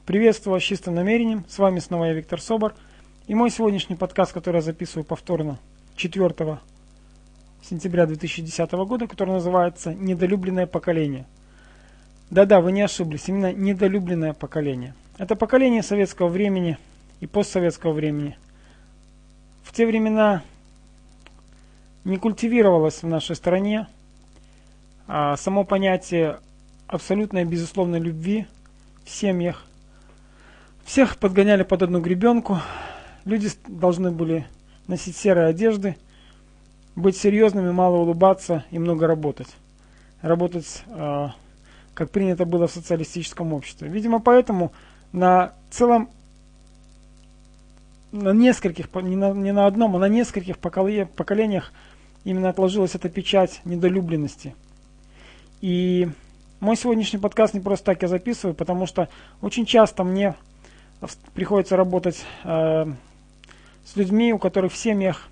Приветствую вас с чистым намерением. С вами снова я, Виктор Собор. И мой сегодняшний подкаст, который я записываю повторно 4 сентября 2010 года, который называется «Недолюбленное поколение». Да-да, вы не ошиблись, именно недолюбленное поколение. Это поколение советского времени и постсоветского времени. В те времена не культивировалось в нашей стране само понятие абсолютной безусловной любви в семьях. Всех подгоняли под одну гребенку. Люди должны были носить серые одежды, быть серьезными, мало улыбаться и много работать. Работать, как принято было в социалистическом обществе. Видимо, поэтому на нескольких, не на одном, а на нескольких поколениях именно отложилась эта печать недолюбленности. И мой сегодняшний подкаст не просто так я записываю, потому что очень часто мне приходится работать с людьми, у которых в семьях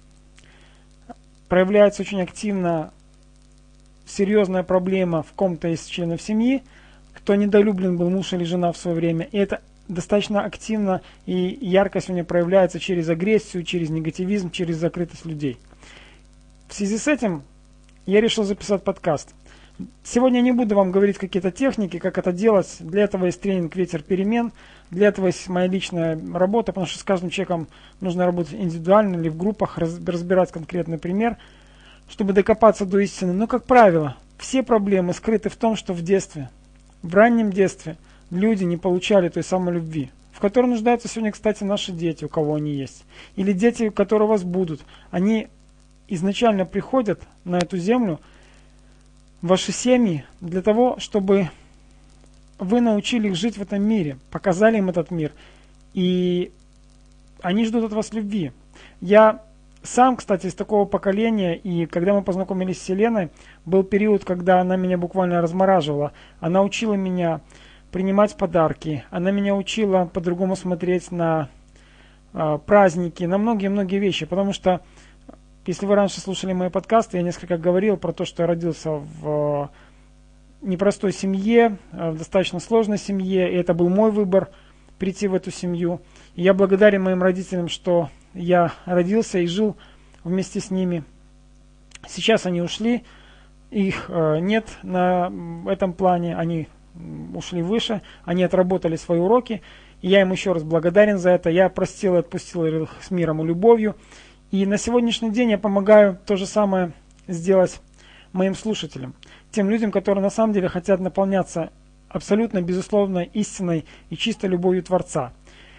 проявляется очень активно серьезная проблема в ком-то из членов семьи, кто недолюблен был муж или жена в свое время. И это достаточно активно и ярко сегодня проявляется через агрессию, через негативизм, через закрытость людей. В связи с этим я решил записать подкаст. Сегодня я не буду вам говорить какие-то техники, как это делать. Для этого есть тренинг «Ветер перемен». Для этого есть моя личная работа, потому что с каждым человеком нужно работать индивидуально или в группах, разбирать конкретный пример, чтобы докопаться до истины. Но, как правило, все проблемы скрыты в том, что в детстве, в раннем детстве люди не получали той самой любви, в которой нуждаются сегодня, кстати, наши дети, у кого они есть. Или дети, которые у вас будут. Они изначально приходят на эту землю, ваши семьи, для того, чтобы вы научили их жить в этом мире, показали им этот мир, и они ждут от вас любви. Я сам, кстати, из такого поколения, и когда мы познакомились с Еленой, был период, когда она меня буквально размораживала. Она учила меня принимать подарки, она меня учила по-другому смотреть на праздники, на многие-многие вещи, потому что если вы раньше слушали мои подкасты, я несколько говорил про то, что я родился в непростой семье, в достаточно сложной семье, и это был мой выбор прийти в эту семью. И я благодарен моим родителям, что я родился и жил вместе с ними. Сейчас они ушли, их нет на этом плане, они ушли выше, они отработали свои уроки, и я им еще раз благодарен за это. Я простил и отпустил их с миром и любовью. И на сегодняшний день я помогаю то же самое сделать моим слушателям. Тем людям, которые на самом деле хотят наполняться абсолютно безусловной истиной и чистой любовью Творца.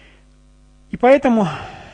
И поэтому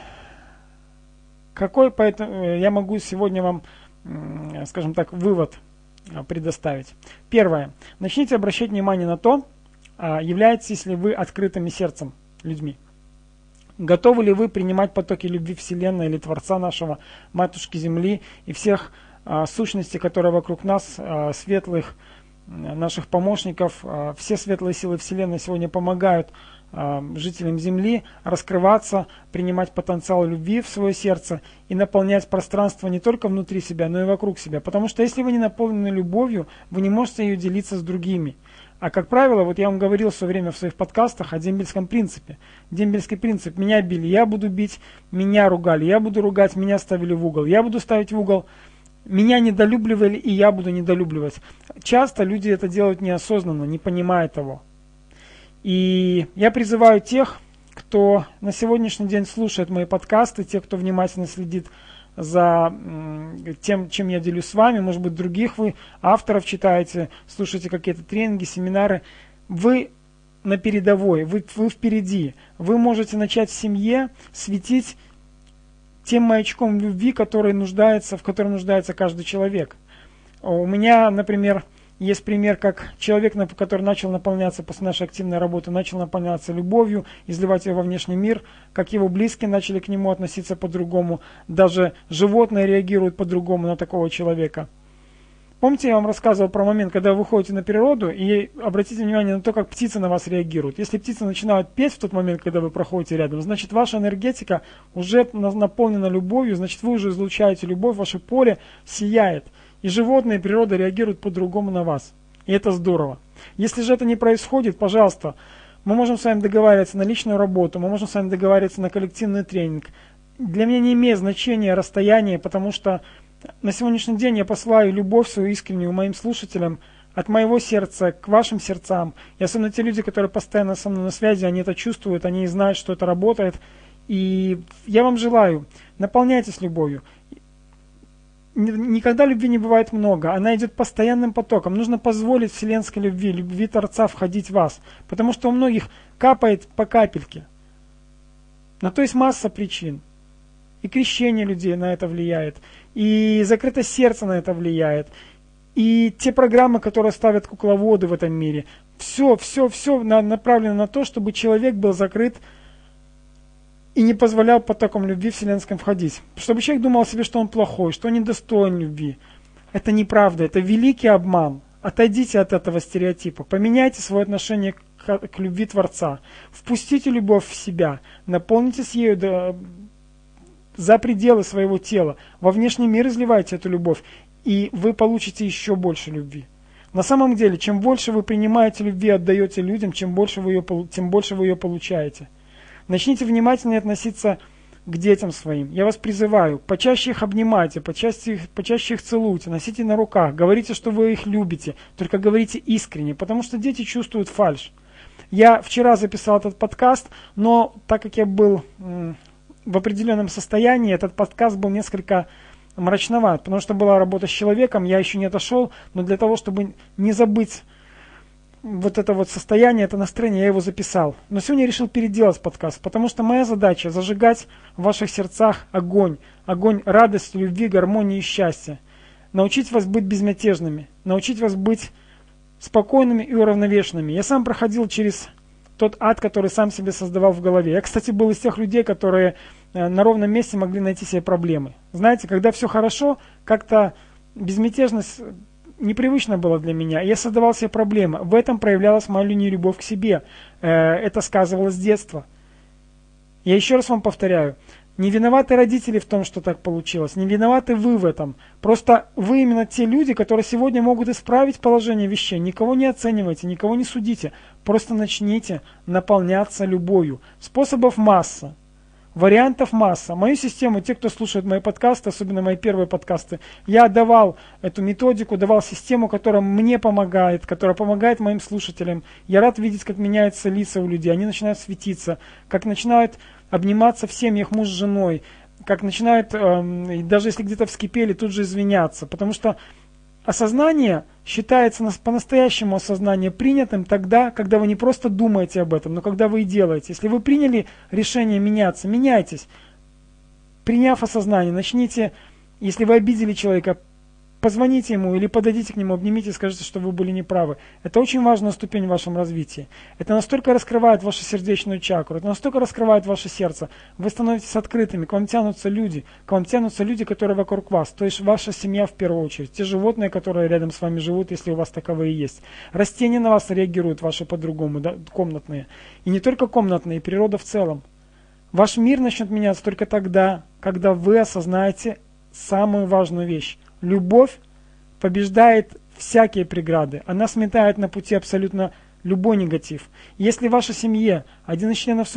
я могу сегодня вам, скажем так, вывод предоставить. Первое. Начните обращать внимание на то, являетесь ли вы открытыми сердцем людьми. Готовы ли вы принимать потоки любви Вселенной или Творца нашего, Матушки Земли и всех сущностей, которые вокруг нас, светлых наших помощников, все светлые силы Вселенной сегодня помогают жителям Земли раскрываться, принимать потенциал любви в свое сердце и наполнять пространство не только внутри себя, но и вокруг себя. Потому что если вы не наполнены любовью, вы не можете ее делиться с другими. А как правило, вот я вам говорил в свое время в своих подкастах о дембельском принципе. Дембельский принцип: меня били, я буду бить, меня ругали, я буду ругать, меня ставили в угол, я буду ставить в угол, меня недолюбливали, и я буду недолюбливать. Часто люди это делают неосознанно, не понимая того. И я призываю тех, кто на сегодняшний день слушает мои подкасты, тех, кто внимательно следит за тем, чем я делюсь с вами, может быть, других вы авторов читаете, слушаете какие-то тренинги, семинары. Вы на передовой, вы впереди. Вы можете начать в семье светить тем маячком любви, в котором нуждается каждый человек. У меня, например, есть пример, как человек, который начал наполняться после нашей активной работы, начал наполняться любовью, изливать ее во внешний мир, как его близкие начали к нему относиться по-другому, даже животные реагируют по-другому на такого человека. Помните, я вам рассказывал про момент, когда вы выходите на природу, и обратите внимание на то, как птицы на вас реагируют. Если птицы начинают петь в тот момент, когда вы проходите рядом, значит, ваша энергетика уже наполнена любовью, значит, вы уже излучаете любовь, ваше поле сияет. И животные, и природа реагируют по-другому на вас. И это здорово. Если же это не происходит, пожалуйста, Мы можем с вами договариваться на личную работу, мы можем с вами договариваться на коллективный тренинг. Для меня не имеет значения расстояние, потому что на сегодняшний день я посылаю любовь свою искреннюю моим слушателям от моего сердца к вашим сердцам. И особенно те люди, которые постоянно со мной на связи, они это чувствуют, они знают, что это работает. И я вам желаю, наполняйтесь любовью. Никогда любви не бывает много, она идет постоянным потоком. Нужно позволить вселенской любви, любви Творца входить в вас, потому что у многих капает по капельке. На то есть масса причин. И крещение людей на это влияет, и закрытое сердце на это влияет, и те программы, которые ставят кукловоды в этом мире. Все направлено на то, чтобы человек был закрыт и не позволял потоком любви вселенским входить. Чтобы человек думал о себе, что он плохой, что он недостоин любви. Это неправда, это великий обман. Отойдите от этого стереотипа, поменяйте свое отношение к любви Творца, впустите любовь в себя, наполнитесь ею за пределы своего тела, во внешний мир изливайте эту любовь, и вы получите еще больше любви. На самом деле, чем больше вы принимаете любви, отдаете людям, тем больше вы ее получаете. Начните внимательнее относиться к детям своим. Я вас призываю, почаще их обнимайте, почаще их целуйте, носите на руках, говорите, что вы их любите, только говорите искренне, потому что дети чувствуют фальшь. Я вчера записал этот подкаст, но так как я был в определенном состоянии, этот подкаст был несколько мрачноват, потому что была работа с человеком, я еще не отошел, но для того, чтобы не забыть вот это вот состояние, это настроение, я его записал. Но сегодня я решил переделать подкаст, потому что моя задача зажигать в ваших сердцах огонь, огонь радости, любви, гармонии и счастья. Научить вас быть безмятежными, научить вас быть спокойными и уравновешенными. Я сам проходил через тот ад, который сам себе создавал в голове. Я, кстати, был из тех людей, которые на ровном месте могли найти себе проблемы. Знаете, когда все хорошо, как-то безмятежность непривычно было для меня. Я создавал себе проблемы. В этом проявлялась моя нелюбовь к себе. Это сказывалось с детства. Я еще раз вам повторяю. Не виноваты родители в том, что так получилось. Не виноваты вы в этом. Просто вы именно те люди, которые сегодня могут исправить положение вещей. Никого не оценивайте, никого не судите. Просто начните наполняться любовью. Способов масса. Вариантов масса. Мою систему, те, кто слушает мои подкасты, особенно мои первые подкасты, я давал эту методику, давал систему, которая мне помогает, которая помогает моим слушателям. Я рад видеть, как меняются лица у людей, они начинают светиться, как начинают обниматься в семьях муж с женой, как начинают, даже если где-то вскипели, тут же извиняться. Потому что осознание считается по-настоящему осознание принятым тогда, когда вы не просто думаете об этом, но когда вы и делаете. Если вы приняли решение меняться, меняйтесь. Приняв осознание, начните, если вы обидели человека, позвоните ему или подойдите к нему, обнимите и скажите, что вы были неправы. Это очень важная ступень в вашем развитии. Это настолько раскрывает вашу сердечную чакру, это настолько раскрывает ваше сердце. Вы становитесь открытыми, к вам тянутся люди, которые вокруг вас, то есть ваша семья в первую очередь, те животные, которые рядом с вами живут, если у вас таковые есть. Растения на вас реагируют, ваши по-другому, да, комнатные. И не только комнатные, и природа в целом. Ваш мир начнет меняться только тогда, когда вы осознаете самую важную вещь. Любовь побеждает всякие преграды. Она сметает на пути абсолютно любой негатив. Если в вашей семье один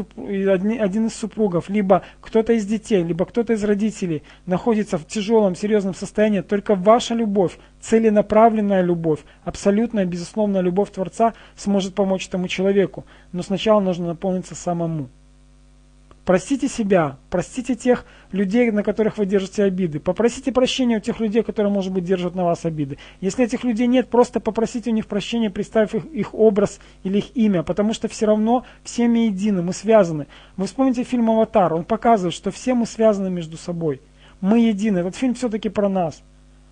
из супругов, либо кто-то из детей, либо кто-то из родителей находится в тяжелом, серьезном состоянии, только ваша любовь, целенаправленная любовь, абсолютная, безусловная любовь Творца сможет помочь этому человеку. Но сначала нужно наполниться самому. Простите себя, простите тех людей, на которых вы держите обиды. Попросите прощения у тех людей, которые, может быть, держат на вас обиды. Если этих людей нет, просто попросите у них прощения, представив их образ или их имя, потому что все равно все мы едины, мы связаны. Вы вспомните фильм «Аватар», он показывает, что все мы связаны между собой. Мы едины, этот фильм все-таки про нас.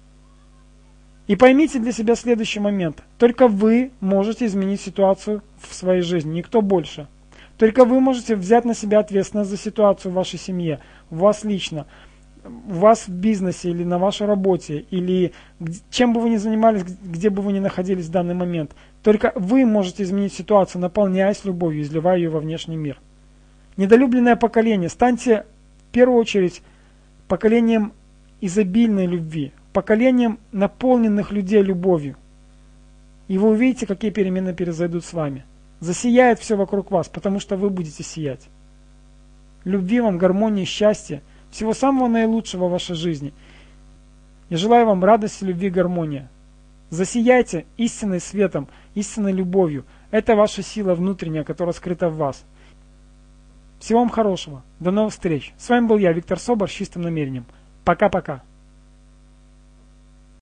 И поймите для себя следующий момент. Только вы можете изменить ситуацию в своей жизни, никто больше. Только вы можете взять на себя ответственность за ситуацию в вашей семье, у вас лично, у вас в бизнесе или на вашей работе, или чем бы вы ни занимались, где бы вы ни находились в данный момент. Только вы можете изменить ситуацию, наполняясь любовью, изливая ее во внешний мир. Недолюбленное поколение. Станьте в первую очередь поколением изобильной любви, поколением наполненных людей любовью. И вы увидите, какие перемены произойдут с вами. Засияет все вокруг вас, потому что вы будете сиять. Любви вам, гармонии, счастья, всего самого наилучшего в вашей жизни. Я желаю вам радости, любви, гармонии. Засияйте истинным светом, истинной любовью. Это ваша сила внутренняя, которая скрыта в вас. Всего вам хорошего. До новых встреч. С вами был я, Виктор Собор, с чистым намерением. Пока-пока.